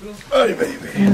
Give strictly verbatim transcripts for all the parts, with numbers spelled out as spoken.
אוי ביי.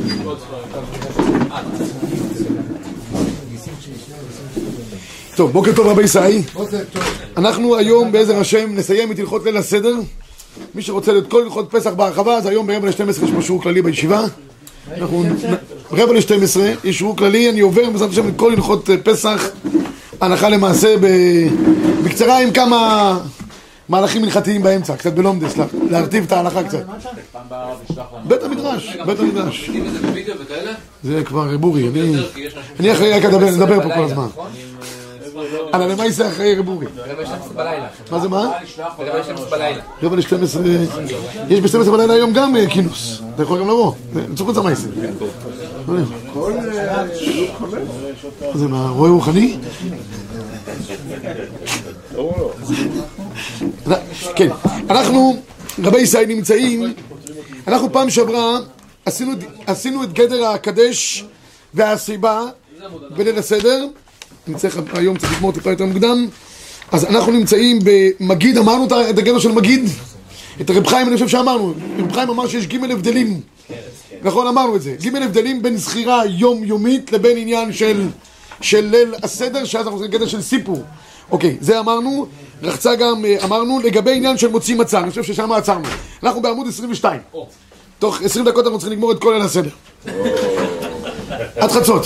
טוב, בוקר טוב רבי ישראל. אנחנו היום בעזר השם נסיים את הלכות ליל הסדר. מי שרוצה להיות כל הלכות פסח בהרחבה, אז היום ברבע ל-שתים עשרה יש פה שיעור כללי בישיבה. אנחנו ברבע ל-שתים עשרה יש שיעור כללי, אני עובר בעזרת השם את כל הלכות פסח הנחה למעשה בקצרה עם כמה מהלכים הלכתיים באמצע, קצת בלומדס, להרטיב את ההלכה קצת. בית המדרש, בית המדרש. זה כבר בורי, אני אחרי רק אדבר פה כל הזמן. על הלמייסה אחרי רבורי. מה זה מה? רבע ל-שתים עשרה. יש ב-שתים עשרה בלילה היום גם כינוס. אתה יכול גם לבוא. נצטרך חוץ המייסה. זה מה, רואה רוחני? כן, אנחנו רבי ישראל נמצאים. אנחנו פעם שעברה עשינו את גדר הקדש והסיבה בליל הסדר. נצטרך היום צריך לגמור טיפה יותר מוקדם. אז אנחנו נמצאים במגיד, אמרנו את הגדר של מגיד? את הרב חיים אני חושב שאמרנו. הרב חיים אמר שיש ג' הבדלים. נכון, אמרנו את זה. ג' הבדלים בין זכירה יומיומית לבין עניין של של ליל הסדר, שאז אנחנו עושים גדר של סיפור. אוקיי, זה אמרנו. רחצה גם אמרנו לגבי עניין של מוציא מצה. אני חושב ששם עצרנו. אנחנו בעמוד עשרים ושתיים. תוך עשרים דקות אנחנו צריכים לגמור את כל ליל הסדר. עד חצות.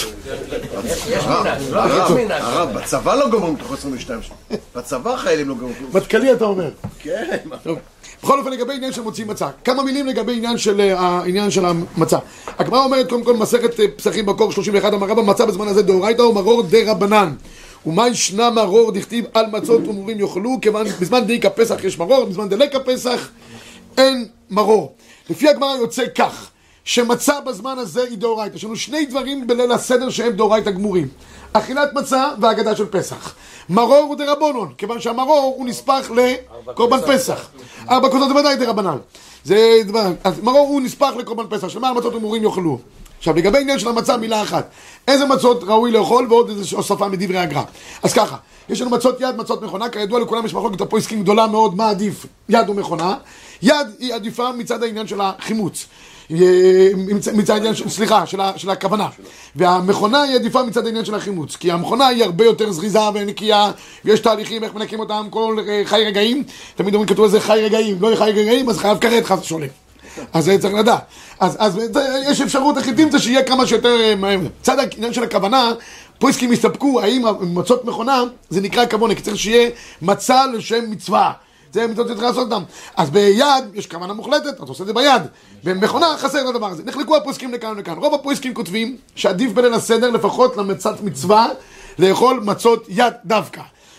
הרב, בצבא לא גומרים תוך עשרים ושתיים. בצבא חיילים לא גומרים. מתקלי אתה אומר. כן. בכל אופן לגבי עניין של מוציא מצה. כמה מילים לגבי עניין של המצה. הגמרא אומרת קודם כל מסכת פסחים בקור שלושים ואחת אמרה במצה בזמן הזה דאורייתא ומרור דרבנן. ומה ישנה מרור דכתיב על מצות ומורים יאכלו, כיוון בזמן דאיכא פסח יש מרור, בזמן דלקא פסח אין מרור. לפי הגמרא יוצא כך, שמצה בזמן הזה היא דאורייתא. יש לנו שני דברים בליל הסדר שהם דאורייתא גמורים. אכילת מצה והגדה של פסח. מרור הוא דרבנן, כיוון שהמרור הוא נספח לקורבן פסח. ארבע כוסות זה ודאי דרבנן. זה מרור הוא נספח לקורבן פסח, שלמה מצות ומורים יאכלו. עכשיו לגבי עניין של המצה מילה אחת, איזה מצות ראוי לאכול ועוד איזו הוספה מדברי הגר"א. אז ככה, יש לנו מצות יד, מצות מכונה, כידוע לכולם יש מחלוקת הפוסקים גדולה מאוד, מה עדיף, יד או מכונה. יד היא עדיפה מצד העניין של החימוץ, מצד העניין, סליחה, של, של הכוונה. והמכונה היא עדיפה מצד העניין של החימוץ, כי המכונה היא הרבה יותר זריזה ונקייה, ויש תהליכים איך מנקים אותם כל חי רגעים. תמיד אומרים כתוב איזה חי רגעים, לא יהיה חי רגעים, אז חייב כרת חס שולם. אז זה צריך לדעת. אז, אז יש אפשרות הכי תמצא שיהיה כמה שיותר צד העניין של הכוונה. פוסקים הסתפקו האם מצות מכונה זה נקרא כוונה, כי צריך שיהיה מצה לשם מצווה, זה מצוות שצריך לעשות אותם. אז ביד יש כוונה מוחלטת, אתה עושה את זה ביד. במכונה חסר את הדבר הזה. נחלקו הפוסקים לכאן ולכאן. רוב הפוסקים כותבים שעדיף בליל הסדר לפחות למצת מצווה לאכול מצות יד דווקא,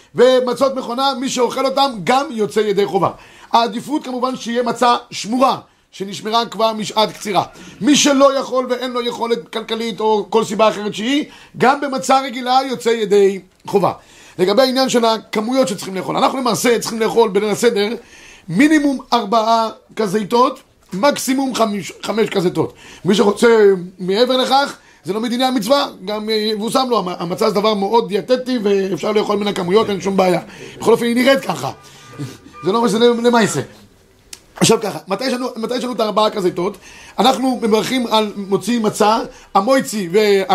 ומצות מכונה מי שאוכל אותם גם יוצא ידי חובה. העדיפות כמובן שיהיה מצה שמורה שנשמרה כבר משעת קצירה. מי שלא יכול ואין לו יכולת כלכלית או כל סיבה אחרת שהיא, גם במצה רגילה יוצא ידי חובה. לגבי העניין של הכמויות שצריכים לאכול, אנחנו למעשה צריכים לאכול בליל הסדר מינימום ארבעה כזיתות, מקסימום חמש, חמש כזיתות. מי שרוצה מעבר לכך, זה לא מדיני המצווה, גם יבוסם לו. המצה זה דבר מאוד דיאטטי ואפשר לאכול מן הכמויות, אין שום בעיה. בכל אופן היא נראית ככה. זה לא מה שזה למעשה. עכשיו ככה, מתי יש לנו, מתי יש לנו את הארבעה כזיתות? אנחנו מברכים על מוציא מצה, המויצי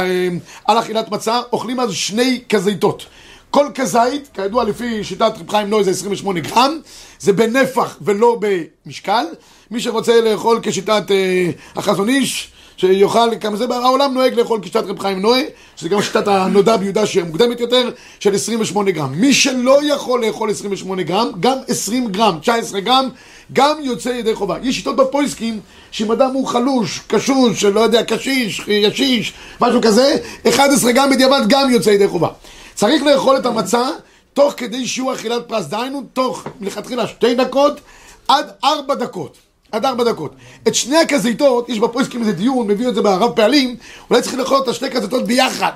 ועל אכילת מצה, אוכלים אז שני כזיתות. כל כזית, כידוע לפי שיטת רב חיים נוי זה עשרים ושמונה גרם, זה בנפח ולא במשקל. מי שרוצה לאכול כשיטת אה, החזון איש, שיוכל כמה זה, העולם נוהג לאכול כשיטת רב חיים נוי, שזה גם שיטת הנודע ביהודה שהיא מוקדמת יותר, של עשרים ושמונה גרם. מי שלא יכול לאכול עשרים ושמונה גרם, גם עשרים גרם, תשע עשרה גרם, גם יוצא ידי חובה. יש שיטות בפויסקים, שאם אדם הוא חלוש, קשוש, לא יודע, קשיש, ישיש, משהו כזה, אחד עשר גרם בדיעבד גם יוצא ידי חובה. צריך לאכול את המצה תוך כדי שיעור אכילת פרס, דהיינו תוך מלכתחילה שתי דקות עד ארבע דקות. עד ארבע דקות. את שני הכזיתות, יש בפוסקים איזה דיון, מביא את זה בערב פעלים, אולי צריך לאכול את השתי כזיתות ביחד.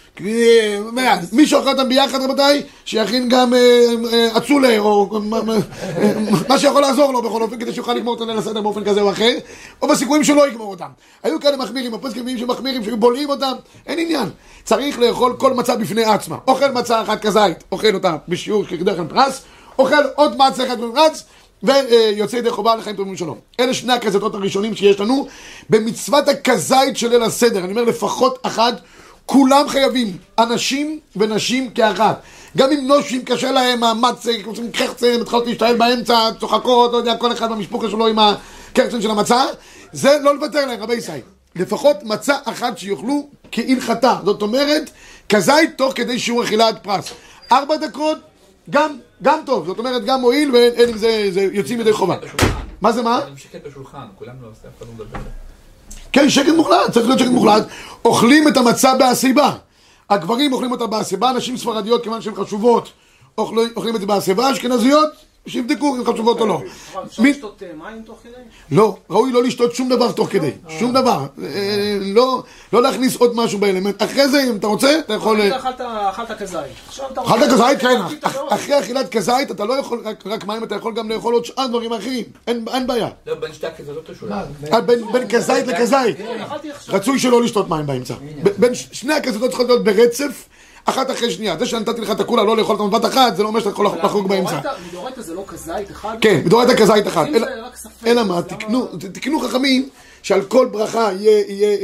מי שאוכל אותם ביחד רבותיי, שיכין גם עצולה או מה שיכול לעזור לו בכל אופן, כדי שיוכל לגמור אותם ליל הסדר באופן כזה או אחר, או בסיכויים שלא יגמור אותם. היו כאלה מחמירים, הפוסקים שמחמירים, שבולעים אותם, אין עניין. צריך לאכול כל מצה בפני עצמה. אוכל מצה אחת כזית, אוכל אותה בשיעור כדרך פרס, אוכל עוד מצה אחת בפרס, ויוצא ידי חובה לחיים טובים ושלום. אלה שני הכזיתות הראשונים שיש לנו במצוות הכזית של ליל הסדר. אני אומר לפחות אחת, כולם חייבים, אנשים ונשים כאחת. גם אם נושים קשה להם, מאמץ, עושים קרצן, מתחילות להשתעל באמצע, צוחקות, לא יודע, כל אחד במשפחה שלו עם הקרצן של המצה, זה לא לוותר להם, רבי ישראל. לפחות מצה אחת שיוכלו כהלכתה. זאת אומרת, כזית תוך כדי שיעור אכילת פרס. ארבע דקות, גם, גם טוב. זאת אומרת, גם מועיל, ואין עם זה, זה יוצאים ידי חובה. מה זה מה? אני שקט בשולחן, כולם לא עושה, אף אחד לא מדבר. כן, שקט מוחלט, צריך להיות שקט מוחלט. אוכלים את המצה בהסיבה. הגברים אוכלים אותה בהסיבה, נשים ספרדיות כיוון שהן חשובות אוכלים, אוכלים את זה בהסיבה, אשכנזיות שיבדקו אם חשובות או לא. אפשר לשתות מים תוך כדי? לא, ראוי לא לשתות שום דבר תוך כדי, שום דבר. לא להכניס עוד משהו באלמנט. אחרי זה, אם אתה רוצה, אתה יכול... אכלת כזית. אכלת כזית, כן. אחרי אכילת כזית, אתה לא יכול רק מים, אתה יכול גם לאכול עוד שאר דברים אחרים. אין בעיה. לא, בין שתי הכזיתות השולה. בין כזית לכזית. רצוי שלא לשתות מים באמצע. בין שני הכזיתות צריכות להיות ברצף, אחת אחרי שנייה. זה שנתתי לך את הכולה, לא לאכול את המבט אחת, זה לא אומר שאתה יכול לחרוג באמצע. מדורייתא זה לא כזית אחד? כן, מדורייתא כזית אחת. אלא מה, תקנו חכמים שעל כל ברכה יהיה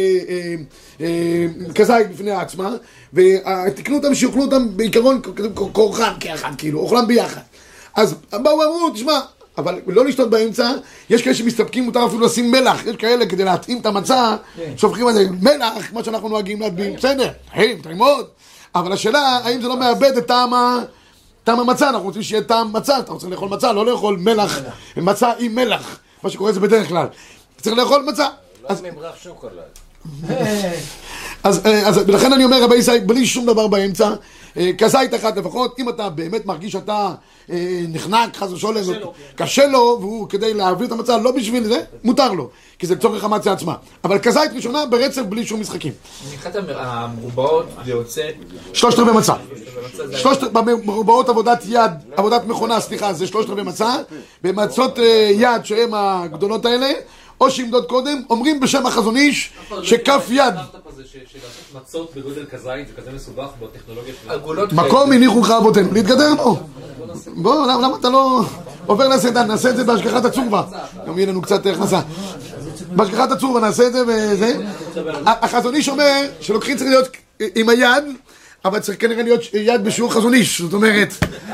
כזית בפני עצמה, ותקנו אותם שיאכלו אותם בעיקרון כורחם כאחד, כאילו, אוכלם ביחד. אז באו אמרו, תשמע, אבל לא לשתות באמצע, יש כאלה שמסתפקים, מותר אפילו לשים מלח, יש כאלה כדי להתאים את המצה, שופכים על זה מלח, כמו שאנחנו נוהגים להטביע, בסדר, חיים, תלמוד. אבל השאלה, האם זה לא מאבד את טעם המצה? אנחנו רוצים שיהיה טעם מצה, אתה רוצה לאכול מצה, לא לאכול מלח, מצה עם מלח, מה שקורה זה בדרך כלל. צריך לאכול מצה. לא ממרח שוקולד. אז לכן אני אומר, רבי ישראל, בלי שום דבר באמצע, כזית אחת לפחות, אם אתה באמת מרגיש שאתה נחנק, חס ושלום, קשה לו, והוא כדי להעביר את המצה, לא בשביל זה, מותר לו, כי זה לצורך המצה עצמה. אבל כזית ראשונה ברצף בלי שום משחקים. מבחינת המרובעות זה יוצא... שלושת רבעי מצה. במרובעות עבודת יד, עבודת מכונה, סליחה, זה שלושת רבעי מצה, במצות יד שהן הגדולות האלה, או שימדוד קודם, אומרים בשם החזון איש שכף יד. שלעשות מצות בגודל כזית זה כזה מסובך בטכנולוגיה של... מקום הניחו לך אבותינו, להתגדר בו. בוא, למה אתה לא... עובר נעשה את זה, נעשה את זה בהשגחת הצורבה. גם יהיה לנו קצת הכנסה. בהשגחת הצורבה נעשה את זה וזה. החזון איש אומר שלוקחים צריך להיות עם היד, אבל צריך כנראה להיות יד בשיעור חזון איש, זאת אומרת,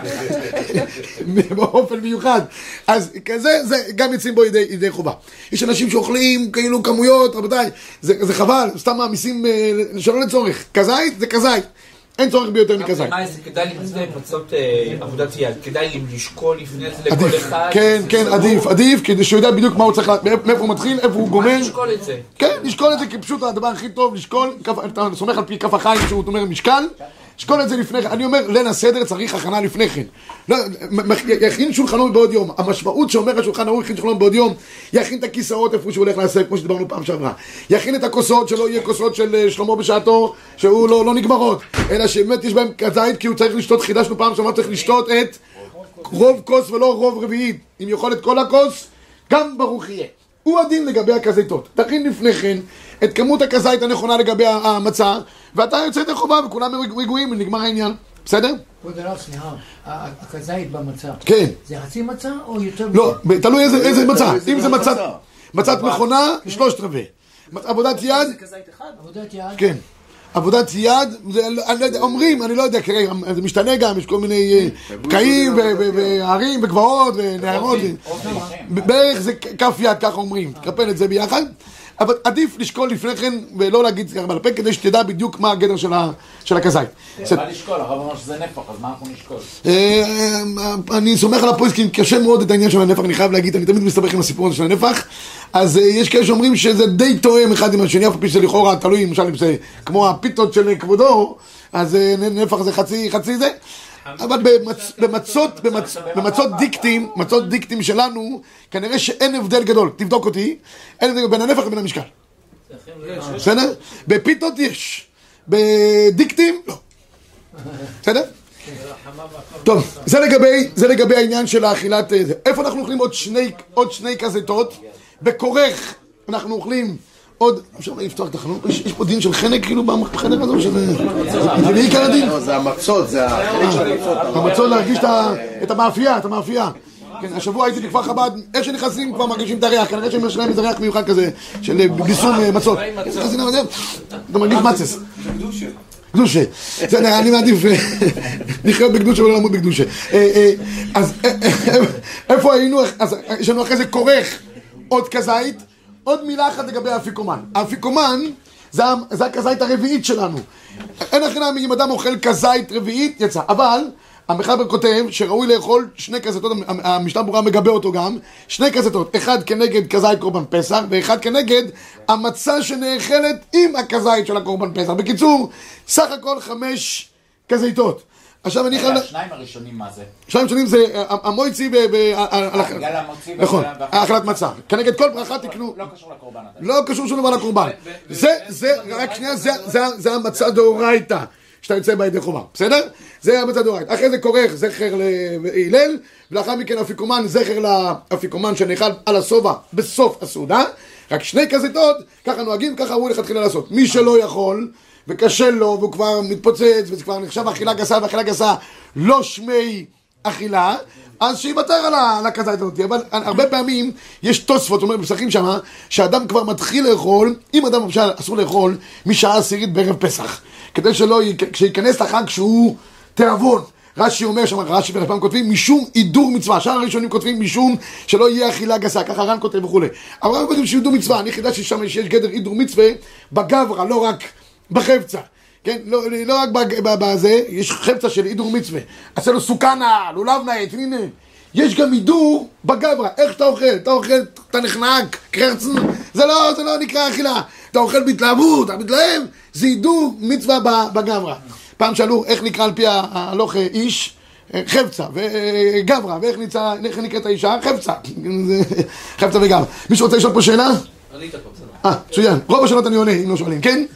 באופן מיוחד. אז כזה, זה גם יוצאים בו ידי חובה. יש אנשים שאוכלים כאילו כמויות, רבותיי, זה חבל, סתם מעמיסים שלא לצורך. כזית זה כזית. אין צורך ביותר מכזית. מה זה, כדאי לפני מצות עבודת יד, כדאי לשקול לפני זה לכל אחד. כן, כן, עדיף, עדיף, כדי שהוא יודע בדיוק מה הוא צריך, מאיפה הוא מתחיל, איפה הוא גומר. לשקול את זה. כן, לשקול את זה, כי פשוט הדבר הכי טוב, לשקול, אתה סומך על פי כף החיים שהוא אומר משקל, לשקול את זה לפני כן. אני אומר, ליל הסדר צריך הכנה לפני כן. יכין שולחנו בעוד יום. המשמעות שאומר השולחן ערוך, יכין שולחנו בעוד יום, יכין את הכיסאות איפה שהוא הולך לעשות, כמו שדיברנו פעם שעברה. יכין את הכוסות, שלא יהיה כוסות של שלמה בשעתו, שהוא לא, לא נגמרות, אלא שבאמת יש בהם כזית, כי הוא צריך לשתות, חידשנו פעם שעברה, צריך לשתות את רוב כוס ולא רוב רביעית. אם יכול את כל הכוס, גם ברוך יהיה. הוא הדין לגבי הכזיתות. תכין לפני כן את כמות הכזית הנכונה לגבי המצה, ואתה יוצא את החובה וכולם רגועים ונגמר העניין. בסדר? כבוד הרב, סליחה, הכזית במצה. כן. זה חצי מצה או יותר? לא, תלוי איזה מצה. אם זה מצת, מצת מכונה, שלושת רבעי. עבודת יד. זה כזית אחד? עבודת יד? כן. עבודת יד, אומרים, אני לא יודע, זה משתנה גם, יש כל מיני פקעים והרים וגבעות ונערות. בערך זה כף יד, ככה אומרים. תקפל את זה ביחד. אבל עדיף לשקול לפני כן ולא להגיד ככה בלפה, כדי שתדע בדיוק מה הגדר של הכזית. מה לשקול? הרב אמר שזה נפח, אז מה אנחנו נשקול? אני סומך על הפויסקים, קשה מאוד את העניין של הנפח, אני חייב להגיד, אני תמיד מסתבך עם הסיפור הזה של הנפח. אז יש כאלה שאומרים שזה די תואם אחד עם השני, אף פעם שזה לכאורה תלוי, למשל אם זה כמו הפיתות של כבודו, אז נפח זה חצי, חצי זה. אבל במצות, במצות דיקטים, מצות דיקטים שלנו, כנראה שאין הבדל גדול, תבדוק אותי, אין הבדל בין הנפח ובין המשקל. בסדר? בפיתות יש, בדיקטים לא. בסדר? טוב, זה לגבי, זה לגבי העניין של האכילת, איפה אנחנו אוכלים עוד שני, עוד שני כזיתות? בכורך אנחנו אוכלים עוד, אפשר לפתוח את החנות, יש פה דין של חנק כאילו בחדר הזה, זה בעיקר הדין. זה המצות, זה החלק של המצות. המצות להרגיש את המאפייה, את המאפייה. כן, השבוע הייתי בכפר חב"ד, איך שנכנסים כבר מרגישים את הריח, כנראה שהם יש להם איזה ריח מיוחד כזה, של ביסום מצות. אתה מרגיש מצס. קדושה. בסדר, אני מעדיף לחיות בקדושה ולא למות בקדושה. אז איפה היינו? אז יש לנו אחרי זה כורך עוד כזית. עוד מילה אחת לגבי האפיקומן. האפיקומן זה הכזית הרביעית שלנו. אין הכנה אם אדם אוכל כזית רביעית, יצא. אבל המחבר כותב שראוי לאכול שני כזיתות, המשנה ברורה מגבה אותו גם, שני כזיתות, אחד כנגד כזית קורבן פסח, ואחד כנגד המצה שנאכלת עם הכזית של הקורבן פסח. בקיצור, סך הכל חמש כזיתות. עכשיו אני חייב... השניים הראשונים מה זה? השניים הראשונים זה המויצי ב... בגלל המוציא... נכון, האכלת מצה. כנגד כל ברכה תקנו... לא קשור לקורבן. לא קשור שום דבר לקורבן. זה, זה, רק שנייה, זה המצה דאורייתא. שאתה יוצא בידי חובה, בסדר? זה המצה דאורייתא. אחרי זה כורך זכר להלל, ולאחר מכן אפיקומן, זכר לאפיקומן שנאכל על הסובה בסוף הסעודה. רק שני כזיתות, ככה נוהגים, ככה אמרו לכתחילה לעשות. מי שלא יכול וקשה לו והוא כבר מתפוצץ וזה כבר נחשב אכילה גסה ואכילה גסה לא שמי אכילה, אז שיוותר על הכזית הזאת. אבל הרבה פעמים יש תוספות, זאת אומרת בפסחים שמה, שאדם כבר מתחיל לאכול, אם אדם למשל אסור לאכול משעה עשירית בערב פסח, כדי שלא, כשיכנס לחג שהוא תיאבון. רש"י אומר שם, רש"י ולפעמים כותבים משום הידור מצווה, שאר הראשונים כותבים משום שלא יהיה אכילה גסה, ככה רן כותב וכו'. אבל רן כותבים שהידור מצווה, אני חידשתי ששם יש גדר הידור מצווה בגברה, לא רק בחפצה. כן, לא, לא רק בזה, יש חפצה של הידור מצווה. עשה לו סוכנה, לולב נעית, הנה. יש גם הידור בגברה, איך אתה אוכל? אתה אוכל, אתה נחנק, קרצן, זה לא, זה לא נקרא אכילה. אתה אוכל בהתלהבות, אתה מתלהב, זה הידור מצווה בגברה. פעם שאלו איך נקרא על פי ההלוך איש, חפצה וגברה, ואיך נקראת האישה? חפצה. חפצה וגברה. מישהו רוצה לשאול פה שאלה? ענית פה, בסדר. אה, מצוין. רוב השאלות אני עונה, אם לא שואלים, כן?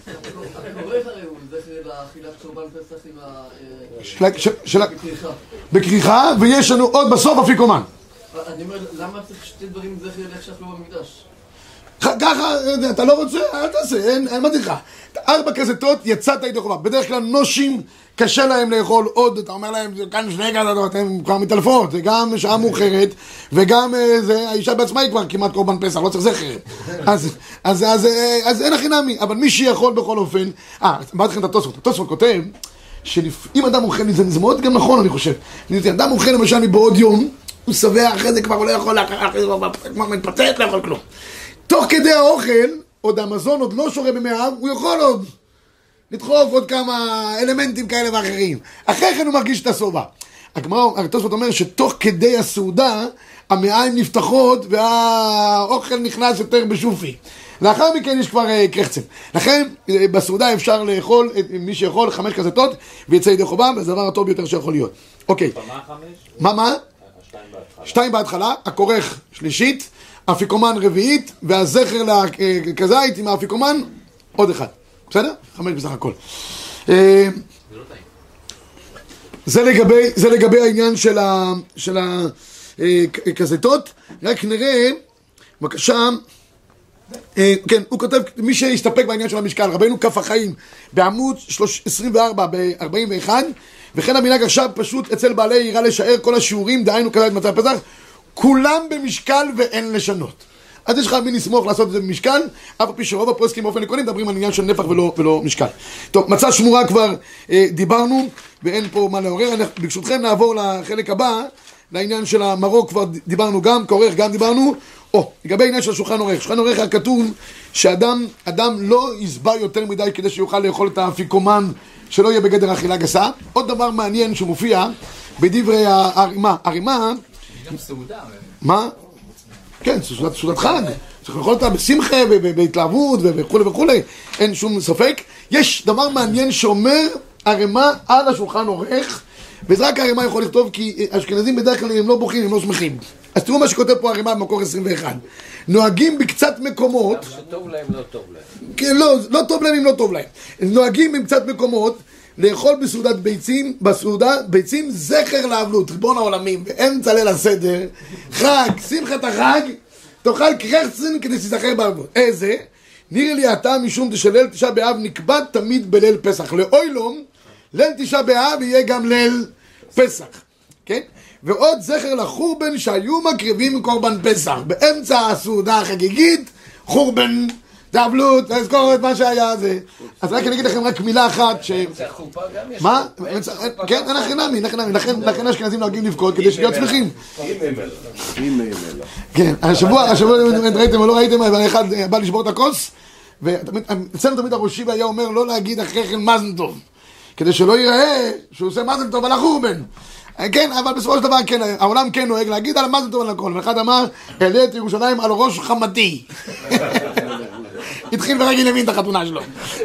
בקריחה, ויש לנו עוד בסוף אפיקומן. אני אומר, למה צריך שתי דברים זכר להחשך לא במקדש? ככה, אתה לא רוצה, אל תעשה, אין מדריכה. ארבע כזיתות יצאת ידי חובה. בדרך כלל נושים קשה להם לאכול עוד, אתה אומר להם, כאן שני כזיתות, הם כבר מתעלפות, זה גם שעה מאוחרת, וגם האישה בעצמה היא כבר כמעט קורבן פסח, לא צריך זכר. אז אין הכי נמי, אבל מי שיכול בכל אופן, אה, אמרתי לכם את התוספות, התוספות כותב, שאם אדם אוכל, זה מאוד גם נכון אני חושב, אדם אוכל למשל מבעוד יום, הוא שבע, אחרי זה כבר הוא לא יכול, אחרי זה כבר מתפצט, לא יכול כלום. תוך כדי האוכל, עוד המזון עוד לא שורה במאיו, הוא יכול עוד לדחוף עוד כמה אלמנטים כאלה ואחרים. אחרי כן הוא מרגיש את הסובה. הגמרא, התוספות אומר שתוך כדי הסעודה, המעיים נפתחות והאוכל נכנס יותר בשופי. לאחר מכן יש כבר uh, קרחצם. לכן בסעודה אפשר לאכול, מי שיכול, חמש כזיתות, ויצא ידי חובה, וזה הדבר הטוב ביותר שיכול להיות. אוקיי. מה חמש? מה מה? שתיים בהתחלה. שתיים בהתחלה, הכורך שלישית, אפיקומן רביעית, והזכר לכזית עם האפיקומן, עוד אחד. בסדר? חמש בסך הכל. זה לגבי, זה לגבי העניין של ה, של הכזיתות. רק נראה, בבקשה, כן, הוא כותב, מי שהסתפק בעניין של המשקל, רבינו כף החיים, בעמוד עשרים וארבע ב-ארבעים ואחת, וכן המנהג עכשיו פשוט אצל בעלי עירה לשער כל השיעורים, דהיינו כזית מצה פסח, כולם במשקל ואין לשנות. אז יש לך מי נסמוך לעשות את זה במשקל, אף פי שרוב הפוסקים באופן עקרוני מדברים על עניין של נפח ולא, ולא משקל. טוב, מצה שמורה כבר אה, דיברנו, ואין פה מה לעורר. ברשותכם נעבור לחלק הבא, לעניין של המרוק כבר דיברנו גם, כעורך גם דיברנו. או, לגבי העניין של השולחן עורך. שולחן עורך הכתוב שאדם אדם לא יסבע יותר מדי כדי שיוכל לאכול את האפיקומן שלא יהיה בגדר אכילה גסה. עוד דבר מעניין שמופיע בדברי הרימה. הרימה... גם סעודה. מה? כן, סעודת חג. צריך לאכול אותה בשמחה ובהתלהבות וכו' וכו'. אין שום ספק. יש דבר מעניין שאומר הרימה על השולחן עורך, וזה רק הרימה יכול לכתוב, כי אשכנזים בדרך כלל הם לא בוכים, הם לא שמחים. אז תראו מה שכותב פה הרימה במקור עשרים ואחת. נוהגים בקצת מקומות... שטוב להם, לא טוב להם. כן, לא, לא טוב להם אם לא טוב להם. נוהגים בקצת מקומות לאכול בסעודת ביצים, בסעודה ביצים זכר לאבלות, ריבון העולמים, באמצע ליל הסדר, חג, שמחת החג, תאכל קרחצן כדי שתזכר באבלות. איזה? נראה לי אתה משום שליל תשעה באב נקבע תמיד בליל פסח. לאוילום, ליל תשעה באב יהיה גם ליל פסח. כן? ועוד זכר לחורבן שהיו מקריבים קורבן פסח. באמצע הסעודה החגיגית, חורבן, תאבלות, תזכור את מה שהיה זה. אז רק אני אגיד לכם רק מילה אחת ש... מה? כן, אנחנו נמי, לכן האשכנזים נוהגים לבכות כדי להיות שמחים. כן, השבוע, השבוע ראיתם או לא ראיתם, אבל אחד בא לשבור את הכוס, ואצלנו תמיד הראשי היה אומר לא להגיד אחרי כן מזל טוב, כדי שלא ייראה שהוא עושה מזל טוב על החורבן. כן, אבל בסופו של דבר, כן, העולם כן נוהג להגיד על מזל טוב על הכל. ואחד אמר, העלה את ירושלים על ראש חמתי. התחיל ברגל ימין את החתונה שלו.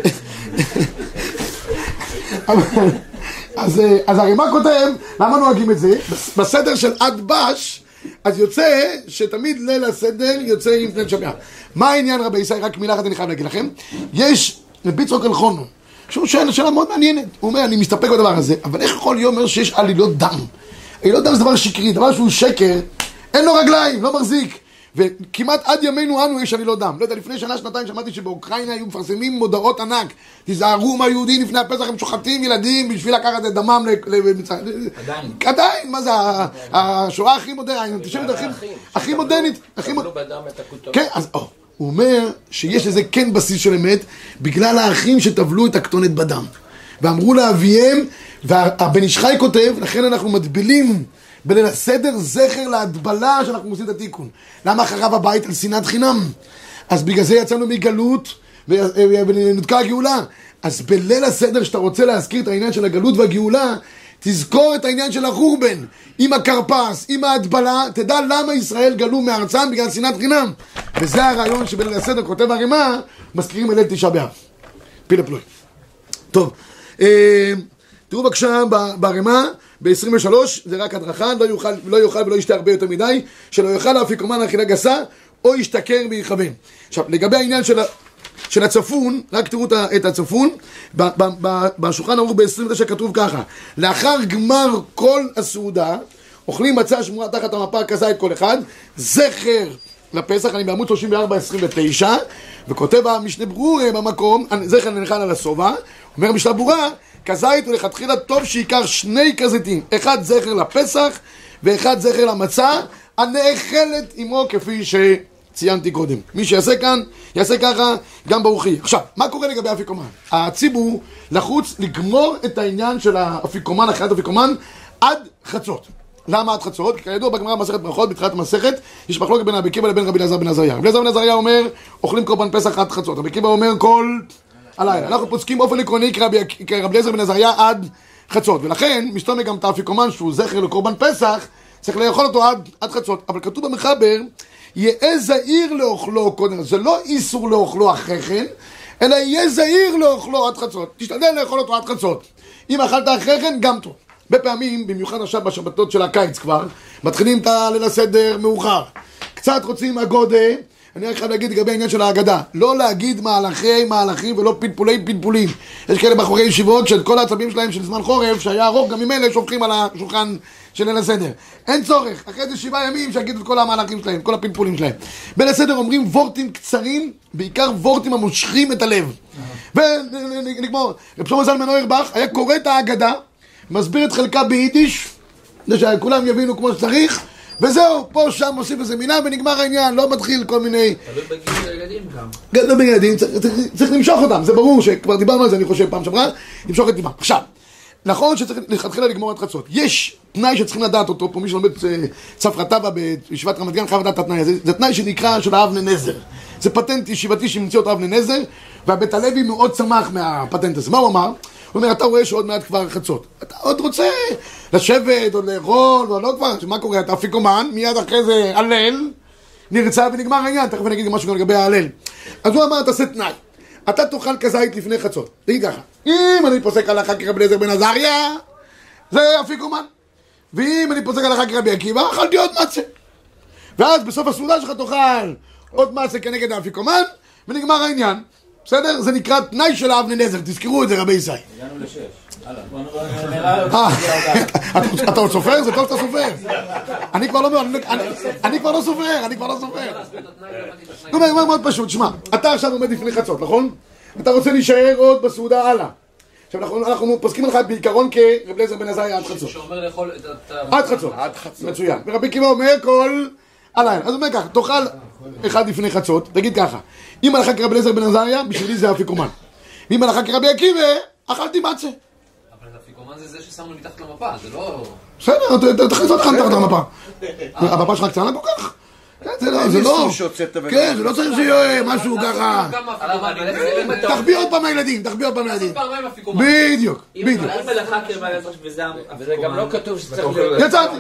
אז הרי מה כותב, למה נוהגים את זה? בסדר של עד בש, אז יוצא שתמיד ליל הסדר יוצא עם פני שבע. מה העניין רבי ישראל? רק מילה אחת אני חייב להגיד לכם. יש לביצרוק אלחונו, שהוא שואל שאלה מאוד מעניינת. הוא אומר, אני מסתפק בדבר הזה, אבל איך יכול להיות אומר שיש עלילות דם? עלילות דם זה דבר שקרי, דבר שהוא שקר, אין לו רגליים, לא מחזיק. וכמעט עד ימינו אנו יש עלילות דם. לא יודע, לפני שנה, שנתיים שמעתי שבאוקראינה היו מפרסמים מודעות ענק. תיזהרו מהיהודים לפני הפסח, הם שוחטים ילדים בשביל לקחת את דמם למצרים. עדיין. עדיין, מה זה? השואה הכי מודרנית, הכי מודרנית. כן, אז הוא אומר שיש לזה כן בסיס של אמת, בגלל האחים שטבלו את הקטונת בדם. ואמרו לאביהם, והבן איש חי כותב, לכן אנחנו מדבילים בליל הסדר זכר להדבלה שאנחנו עושים את התיקון. למה חרב הבית על שנאת חינם? אז בגלל זה יצאנו מגלות ונתקע הגאולה. אז בליל הסדר שאתה רוצה להזכיר את העניין של הגלות והגאולה, תזכור את העניין של החורבן, עם הקרפס, עם ההדבלה, תדע למה ישראל גלו מארצם בגלל שנאת חינם. וזה הרעיון שבליל הסדר כותב הרימה, מזכירים אליל תשעה באב. פילה פלוי. טוב, תראו בבקשה ברימה, ב-עשרים ושלוש, זה רק הדרכה, לא יוכל, לא יוכל ולא ישתה הרבה יותר מדי, שלא יוכל האפיקומן אכילה גסה, או ישתכר ויכוון. עכשיו, לגבי העניין של, של הצפון, רק תראו את הצפון, בשולחן ערוך ב-עשרים ותשע כתוב ככה, לאחר גמר כל הסעודה, אוכלים מצה שמורה תחת המפה כזית כל אחד, זכר לפסח, אני בעמוד שלושים וארבע עשרים ותשע, וכותב המשנה ברור במקום, זכר ננחל על הסובה, אומר המשנה ברורה, כזית ולכתחילה טוב שיקר שני כזיתים, אחד זכר לפסח ואחד זכר למצה, הנאכלת עמו כפי שציינתי קודם. מי שיעשה כאן, יעשה ככה גם ברוכי. עכשיו, מה קורה לגבי האפיקומן? הציבור לחוץ לגמור את העניין של האפיקומן, אכילת האפיקומן, עד חצות. למה עד חצות? כי כידוע בגמרא מסכת ברכות, בתחילת המסכת, יש מחלוקת בין רבי עקיבא לבין רבי אלעזר בן עזריה. רבי אלעזר בן עזריה אומר, אוכלים קורבן פסח עד חצות. רבי עקיבא אומר כל הלילה. אנחנו פוסקים באופן עקרוני כרבי אלעזר בן עזריה עד חצות. ולכן, משתמע גם את האפיקומן שהוא זכר לקורבן פסח, צריך לאכול אותו עד, עד חצות. אבל כתוב במחבר, יהיה זהיר לאוכלו קודם. זה לא איסור לאוכלו אחרי כן, אלא יהיה זהיר לאוכלו עד חצות. תשתדל לאכול אותו עד חצות. אם אכלת אחרי כן, גם טוב. בפעמים, במיוחד עכשיו בשבתות של הקיץ כבר, מתחילים את הליל הסדר מאוחר. קצת רוצים אגודה, אני רק חייב להגיד לגבי העניין של ההגדה. לא להגיד מהלכי מהלכים ולא פלפולי פלפולים. יש כאלה בחורי ישיבות של כל העצבים שלהם של זמן חורף, שהיה ארוך, גם ממילא שופכים על השולחן של ליל הסדר. אין צורך, אחרי זה שבעה ימים שיגידו את כל המהלכים שלהם, כל הפלפולים שלהם. בליל הסדר אומרים וורטים קצרים, בעיקר וורטים המושכים את הלב. ונגמור, רב שלמה זלמן אוירבך היה קורא את ההגדה, מסביר את חלקה ביידיש, כדי שכולם יבינו כמו שצריך, וזהו, פה שם מוסיף איזה מילה ונגמר העניין, לא מתחיל כל מיני... תלוי בגיל הילדים גם. תלוי בגיל הילדים, צריך למשוך אותם, זה ברור שכבר דיברנו על זה, אני חושב, פעם שעברה, למשוך את דימה. עכשיו, נכון שצריך להתחיל לגמור את חצות. יש תנאי שצריכים לדעת אותו, פה מי שלומד צפרא טבא בישיבת רמת גן חייב לדעת את התנאי הזה, זה תנאי שנקרא של האבני נזר. זה פטנט ישיבתי שהמציא אותו אבני נזר, והבית הלוי מאוד שמח מהפטנט הזה. מה הוא אמר? הוא אומר, אתה רואה שעוד מעט כבר חצות. אתה עוד רוצה לשבת, או לאכול, או לא כבר, מה קורה? אתה אפיקומן, מיד אחרי זה הלל, נרצה ונגמר העניין, תכף אני אגיד משהו גם לגבי ההלל. אז הוא אמר, תעשה תנאי. אתה תאכל כזית לפני חצות. תגיד ככה, אם אני פוסק הלכה כרבי אלעזר בן עזריה, זה אפיקומן. ואם אני פוסק הלכה כרבי עקיבא, אכלתי עוד מצה. ואז בסוף הסעודה שלך תאכל עוד מצה כנגד האפיקומן, ונגמר העניין. בסדר? זה נקרא תנאי של האבני נזר, תזכרו את זה רבי ישראל. הגענו לשש. הלאה, אתה עוד סופר? זה טוב שאתה סופר. אני כבר לא אני כבר לא סופר, אני כבר לא סופר. זאת אומרת, מאוד פשוט, שמע, אתה עכשיו עומד לפני חצות, נכון? אתה רוצה להישאר עוד בסעודה הלאה. עכשיו אנחנו, אנחנו פוסקים לך בעיקרון כרב אליעזר בן עזריה עד חצות. שאומר לאכול את ה... עד חצות. עד חצות. מצוין. ורבי עקיבא אומר כל הלילה. אז הוא אומר ככה, תאכל אחד לפני חצות, תגיד ככה, אם הלכה כרב אליעזר בן עזריה, בשבילי זה אפיקומן. ואם הלכה כרבי עקיבא, אכלתי מצה. אבל אפיקומן זה זה ששמנו מתחת למפה, זה לא... בסדר, תכניס אותך מתחת למפה. המפה שלך קטנה כל כך? זה לא, זה לא, כן, זה לא צריך שיהיה משהו ככה. תחביא עוד פעם הילדים, תחביא עוד פעם הילדים. בדיוק, בדיוק. וזה גם לא כתוב שצריך להיות... יצאתי.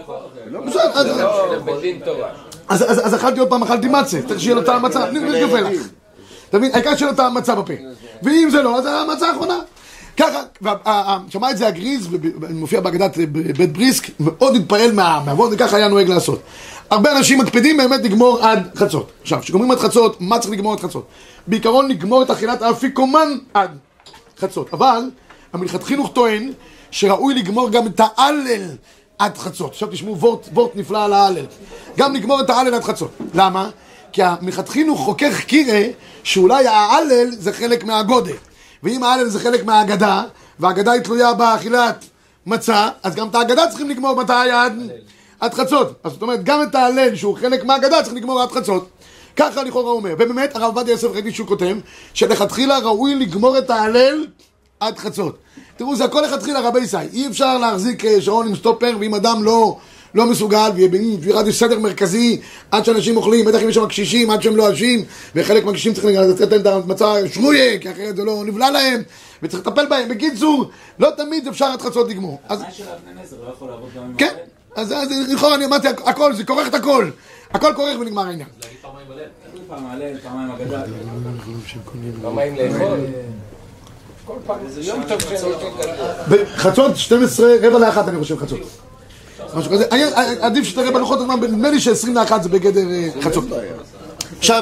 אז אכלתי עוד פעם, אכלתי מצה, צריך שיהיה לו טעם מצה, נגפה לך. אתה מבין? העיקר שיהיה לו טעם מצה בפה. ואם זה לא, אז המצה האחרונה. ככה, שמע את זה הגריז, מופיע בהגדת בית בריסק, מאוד התפעל מהעבוד, וככה היה נוהג לעשות. הרבה אנשים מקפידים באמת לגמור עד חצות. עכשיו, כשגומרים עד חצות, מה צריך לגמור עד חצות? בעיקרון לגמור את אכילת האפיקומן עד חצות. אבל, המלכת חינוך טוען שראוי לגמור גם את ההלל עד חצות. עכשיו תשמעו וורט, וורט נפלא על ההלל. גם לגמור את ההלל עד חצות. למה? כי המלכת חינוך חוכך קירה שאולי ההלל זה חלק מהגודל. ואם ההלל זה חלק מהאגדה, והאגדה היא תלויה באכילת מצה, אז גם את האגדה צריכים לגמור מתי עד... עד חצות. אז זאת אומרת, גם את ההלל שהוא חלק מהאגדה צריך לגמור עד חצות. ככה לכאורה אומר. ובאמת, הרב עובדיה יוסף ראיתי שהוא כותב, שלכתחילה ראוי לגמור את ההלל עד חצות. תראו, זה הכל לכתחילה רבי ישי. אי אפשר להחזיק שעון עם סטופר, ואם אדם לא, לא מסוגל, וירד יש סדר מרכזי, עד שאנשים אוכלים, בטח אם יש שם קשישים, עד שהם לא אשים, וחלק מהקשישים צריכים לתת להם את המצה שרויה, כי אחרת זה לא נבלה להם, וצריך לטפל בהם. בקיצור, לא תמיד אפשר עד חצות לגמור. אז... מה של אבני נזר לא יכול לעבוד גם עם כן. אז לכאורה אני אמרתי הכל, זה כורך את הכל. הכל כורך ונגמר העניין. להגיד פעמיים בליל. פעם הלל, פעמיים אגדה. פעמיים לאכול. כל פעם זה יום טוב בחצות שתים עשרה, רבע לאחת אני חושב חצות. משהו כזה. עדיף שתראה בלוחות הזמן, נדמה לי ש-עשרים לאחת זה בגדר חצות. עכשיו...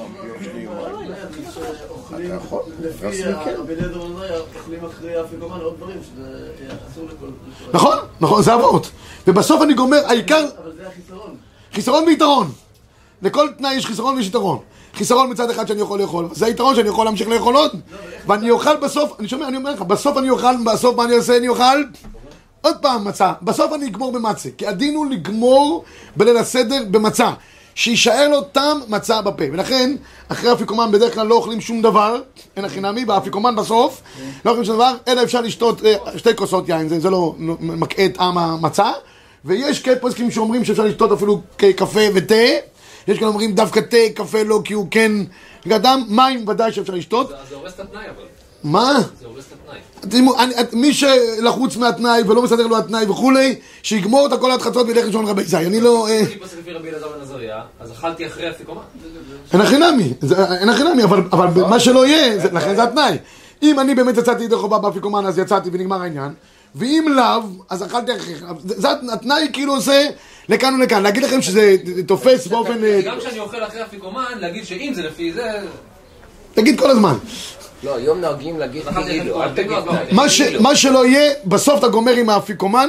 לפי רבי אליעזר בן עזריה, אוכלים אחרי האפיקומן עוד דברים שזה אסור לכל... נכון, נכון, זה אבות. ובסוף אני גומר, העיקר... אבל זה החיסרון. חיסרון ויתרון. לכל תנאי יש חיסרון ויש יתרון. חיסרון מצד אחד שאני יכול לאכול, זה היתרון שאני יכול להמשיך לאכול עוד. ואני אוכל בסוף, אני שומע, אני אומר לך, בסוף אני אוכל, בסוף מה אני עושה? אני אוכל עוד פעם מצה. בסוף אני אגמור במצה. כי הדין הוא לגמור בליל הסדר במצה. שישאר לו טעם מצה בפה. ולכן, אחרי האפיקומן בדרך כלל לא אוכלים שום דבר, אין הכי נמי, באפיקומן בסוף, לא אוכלים שום דבר, אלא אפשר לשתות שתי כוסות יין, זה, זה לא מקעה טעם המצה. ויש כאלה פוסקים שאומרים שאפשר לשתות אפילו קפה ותה, יש כאלה אומרים דווקא תה, קפה לא, כי הוא כן גדם, מים ודאי שאפשר לשתות. זה, זה הורס את התנאי אבל. מה? זה הורס את התנאי. מי שלחוץ מהתנאי ולא מסדר לו התנאי וכולי, שיגמור את הכל עד חצות וילך לישון רבי ישי. אני לא... אני פוסק לפי רבי אליעזר בן עזריה, אז אכלתי אחרי האפיקומן. אין הכי נמי, אין הכי נמי, אבל מה שלא יהיה, לכן זה התנאי. אם אני באמת יצאתי ידי חובה באפיקומן, אז יצאתי ונגמר העניין. ואם לאו, אז אכלתי אחרי... זה התנאי כאילו עושה לכאן ולכאן. להגיד לכם שזה תופס באופן... גם כשאני אוכל אחרי האפיקומן, להגיד שאם זה לפי זה... תגיד כל הזמן. לא, היום נוהגים להגיד כאילו, אל תגיד. מה שלא יהיה, בסוף אתה גומר עם האפיקומן,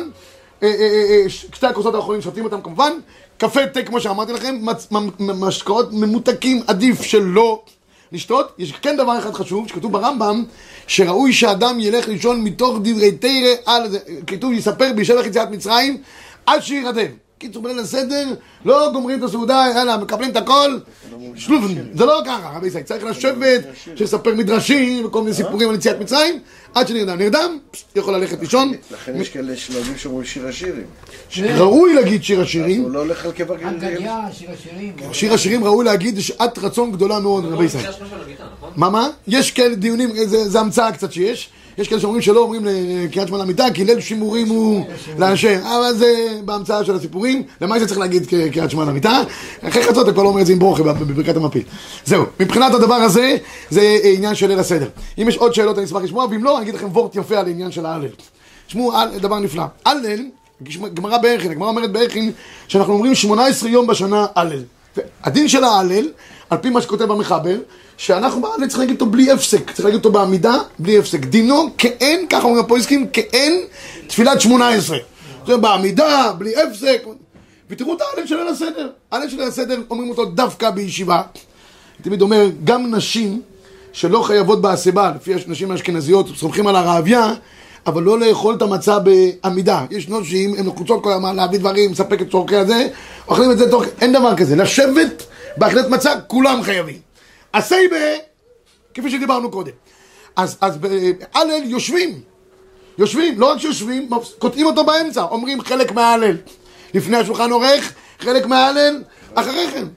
שתי הכוסות האחרונים שותים אותם כמובן, קפה, תה כמו שאמרתי לכם, משקאות ממותקים עדיף שלא לשתות. יש כן דבר אחד חשוב, שכתוב ברמב"ם, שראוי שאדם ילך לישון מתוך דברי תורה, כתוב יספר בישבח יציאת מצרים, עד שירדם. קיצור בליל הסדר, לא גומרים את הסעודה, יאללה, מקבלים את הכל, שלובן. זה לא ככה, רבי ישי, צריך לשבת, שספר מדרשים וכל מיני סיפורים על יציאת מצרים, עד שנרדם. נרדם, יכול ללכת לישון. לכן יש כאלה שלבים שאומרים שיר השירים. ראוי להגיד שיר השירים. הוא לא הולך על כבגיר. אגדיה, שיר השירים. שיר השירים ראוי להגיד שעת רצון גדולה מאוד, רבי ישי. מה מה? יש כאלה דיונים, זה המצאה קצת שיש. יש כאלה שאומרים שלא אומרים לקריאת שמע למיטה, כי ליל שימורים הוא לאנשי, אבל זה בהמצאה של הסיפורים. למה זה צריך להגיד קריאת שמע למיטה? אחרי חצות אתה כבר לא אומר את זה עם ברוכה בברכת המפיל. זהו, מבחינת הדבר הזה, זה עניין של ליל הסדר. אם יש עוד שאלות אני אשמח לשמוע, ואם לא, אני אגיד לכם וורט יפה על העניין של ההלל. תשמעו, דבר נפלא. הלל, גמרא בערכין, הגמרא אומרת בערכין, שאנחנו אומרים שמונה עשרה יום בשנה הלל. הדין של ההלל, על פי מה שכותב במחבר, שאנחנו בהלל צריך להגיד אותו בלי הפסק, צריך להגיד אותו בעמידה, בלי הפסק. דינו כאין, ככה אומרים הפויסקים, כאין תפילת שמונה עשרה. זה בעמידה, בלי הפסק. ותראו את ההלל של ליל הסדר. ההלל של ליל הסדר אומרים אותו דווקא בישיבה. תמיד אומר, גם נשים שלא חייבות בהסיבה, לפי הנשים האשכנזיות, סומכים על הרעביה, אבל לא לאכול את המצה בעמידה. יש נשים, הן נחוצות כל הזמן להביא דברים, מספק את צורכי הזה, אוכלים את זה תוך... אין דבר כזה. לשבת באכילת מצה, כולם חייבים. הסייבה, כפי שדיברנו קודם. אז, אז בהלל יושבים. יושבים, לא רק שיושבים, קוטעים אותו באמצע. אומרים חלק מההלל. לפני השולחן עורך, חלק מההלל, אחרי כן.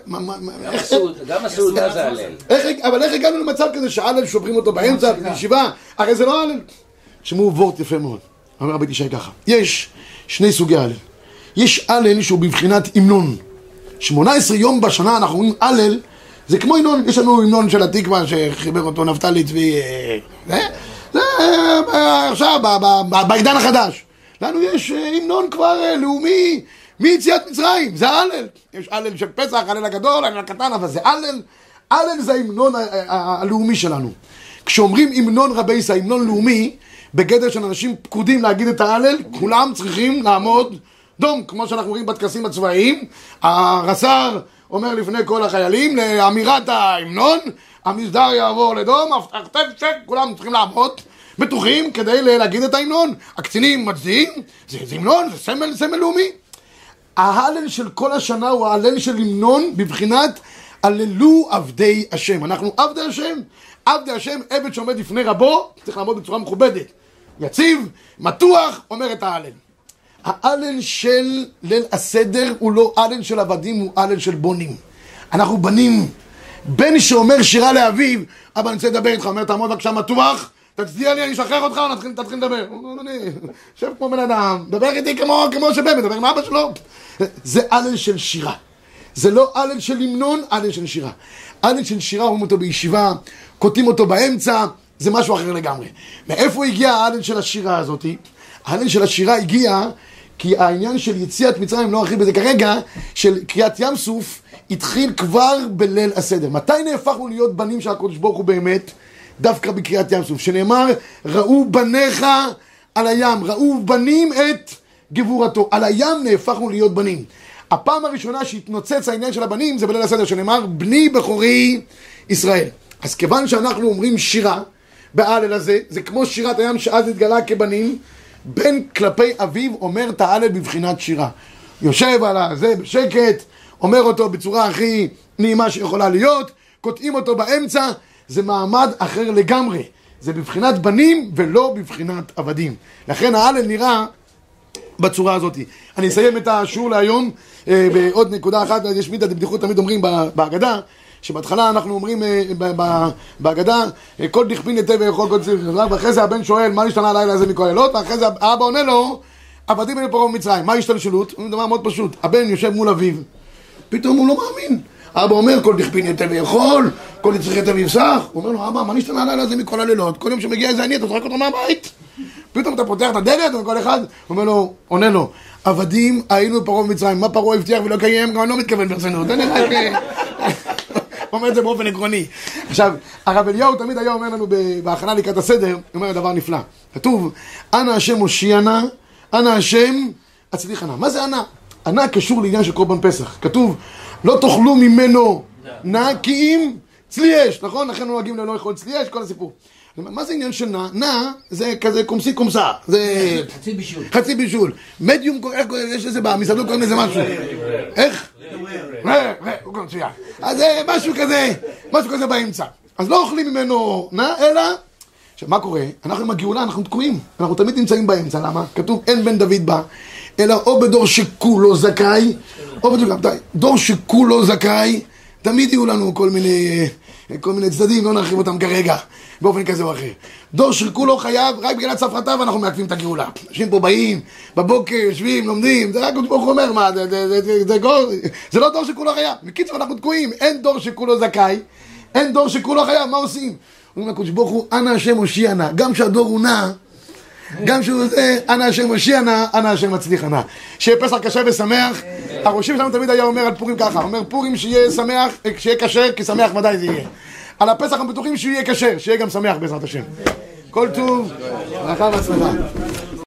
גם הסעודה זה הלל. אבל איך הגענו למצב כזה שההלל שוברים אותו באמצע, בישיבה, הרי זה לא הלל. שמעו וורט יפה מאוד. אומר רבי ישי ככה. יש שני סוגי הלל. יש הלל שהוא בבחינת המנון. שמונה עשרה יום בשנה אנחנו אומרים הלל, זה כמו המנון, יש לנו המנון של התקווה שחיבר אותו נפתלי צבי, זה, זה עכשיו, בעידן החדש. לנו יש המנון כבר לאומי מיציאת מצרים, זה הלל. יש הלל של פסח, הלל הגדול, הלל הקטן, אבל זה הלל. הלל זה המנון הלאומי שלנו. כשאומרים המנון רבי ישראל, המנון לאומי, בגדר של אנשים פקודים להגיד את ההלל, כולם צריכים לעמוד דום, כמו שאנחנו רואים בטקסים הצבאיים. הרס"ר אומר לפני כל החיילים, לאמירת ההמנון, המסדר יעבור לדום, הבטח תפשק, כולם צריכים לעמוד בטוחים כדי להגיד את ההמנון. הקצינים מצדיעים, זה המנון, זה סמל, סמל לאומי. ההלל של כל השנה הוא ההלל של המנון בבחינת הללו עבדי השם. אנחנו עבדי השם. עבדי השם, עבד שעומד לפני רבו, צריך לעמוד בצורה מכובדת. יציב, מתוח, אומר את ההלל. ההלל של ליל הסדר הוא לא הלל של עבדים, הוא הלל של בונים. אנחנו בנים. בן שאומר שירה לאביו, אבל אני רוצה לדבר איתך, אומר תעמוד בבקשה מתוח, תצדיע לי, אני אשחרר אותך, נתחיל, תתחיל לדבר. אני יושב כמו בן אדם, דבר איתי כמו, כמו שבן, מדבר עם אבא שלו. זה הלל של שירה. זה לא הלל של המנון, הלל של שירה. הלל של שירה, אומרים אותו בישיבה, קוטעים אותו באמצע, זה משהו אחר לגמרי. מאיפה הגיע ההלל של השירה הזאת? ההלל של השירה הגיע כי העניין של יציאת מצרים, לא ארחיב בזה כרגע, של קריאת ים סוף, התחיל כבר בליל הסדר. מתי נהפכנו להיות בנים של הקדוש ברוך הוא באמת? דווקא בקריאת ים סוף, שנאמר, ראו בניך על הים, ראו בנים את גבורתו. על הים נהפכנו להיות בנים. הפעם הראשונה שהתנוצץ העניין של הבנים זה בליל הסדר, שנאמר, בני בכורי ישראל. אז כיוון שאנחנו אומרים שירה בהלל הזה, זה כמו שירת הים שאז התגלה כבנים, בן כלפי אביו אומר את ההלל בבחינת שירה. יושב על זה בשקט, אומר אותו בצורה הכי נעימה שיכולה להיות, קוטעים אותו באמצע, זה מעמד אחר לגמרי. זה בבחינת בנים ולא בבחינת עבדים. לכן ההלל נראה בצורה הזאת. אני אסיים את השיעור להיום אה, בעוד נקודה אחת, יש מידת בדיחות תמיד אומרים בהגדה, שבהתחלה אנחנו אומרים בהגדה, כל דכפין יתה ויכול כל ציר, ואחרי זה הבן שואל, מה השתנה הלילה הזה מכל הלילות? ואחרי זה האבא עונה לו, עבדים היו פרעה במצרים. מה השתלשלות? הוא דבר מאוד פשוט, הבן יושב מול אביו, פתאום הוא לא מאמין. האבא אומר, כל דכפין יתה ויכול, כל יצריך יתה ויפסח. הוא אומר לו, אבא, מה השתנה הלילה הזה מכל הלילות? כל יום שמגיע איזה עני, אתה זורק אותו מהבית. פתאום אתה פותח את הדלת, וכל אחד אומר לו, עונה לו, עבדים היינו פרעה במצרים. מה פרעה הבטיח ולא קיים? גם אני לא מתכוון ברצינות. אומר את זה באופן עקרוני. עכשיו, הרב אליהו תמיד היה אומר לנו בהכנה לקראת הסדר, הוא אומר דבר נפלא. כתוב, אנא השם הושיע נא, אנא השם הצליח נא. מה זה אנא? אנא קשור לעניין של קורבן פסח. כתוב, לא תאכלו ממנו נא כי אם צלי אש, נכון? לכן נוהגים ללא לאכול צלי אש, כל הסיפור. מה זה עניין של נא? נא זה כזה קומסי קומסה. זה חצי בישול. חצי בישול. מדיום, יש לזה במסעדות קוראים לזה משהו. איך? הוא גם צוין. אז זה משהו כזה, משהו כזה באמצע. אז לא אוכלים ממנו נא, אלא... עכשיו, מה קורה? אנחנו עם הגאולה, אנחנו תקועים. אנחנו תמיד נמצאים באמצע, למה? כתוב, אין בן דוד בא, אלא או בדור שכולו זכאי, או בדור, דור שכולו זכאי, תמיד יהיו לנו כל מיני, כל מיני צדדים, לא נרחיב אותם כרגע, באופן כזה או אחר. דור שכולו חייב, רק בגלל צפרתיו אנחנו מעכבים את הגאולה. אנשים פה באים, בבוקר, יושבים, לומדים, זה רק הוא אומר, מה, זה, זה, זה, זה, זה, זה לא דור שכולו חייב. בקיצור, אנחנו תקועים, אין דור שכולו זכאי, אין דור שכולו חייב, מה עושים? אומרים לקדוש ברוך הוא, אנא השם הושיע נא, גם שהדור הוא נע, גם שהוא זה, אנא השם הושיע נא, אנא השם מצליח נא. שיהיה פסח קשה ושמח. הראשים שלנו תמיד היה אומר על פורים ככה, אומר פורים שיהיה שמח, שיהיה קשר, כי שמח ודאי זה יהיה. על הפסח הם בטוחים שיהיה קשר, שיהיה גם שמח בעזרת השם. כל טוב, ברכה והצלחה.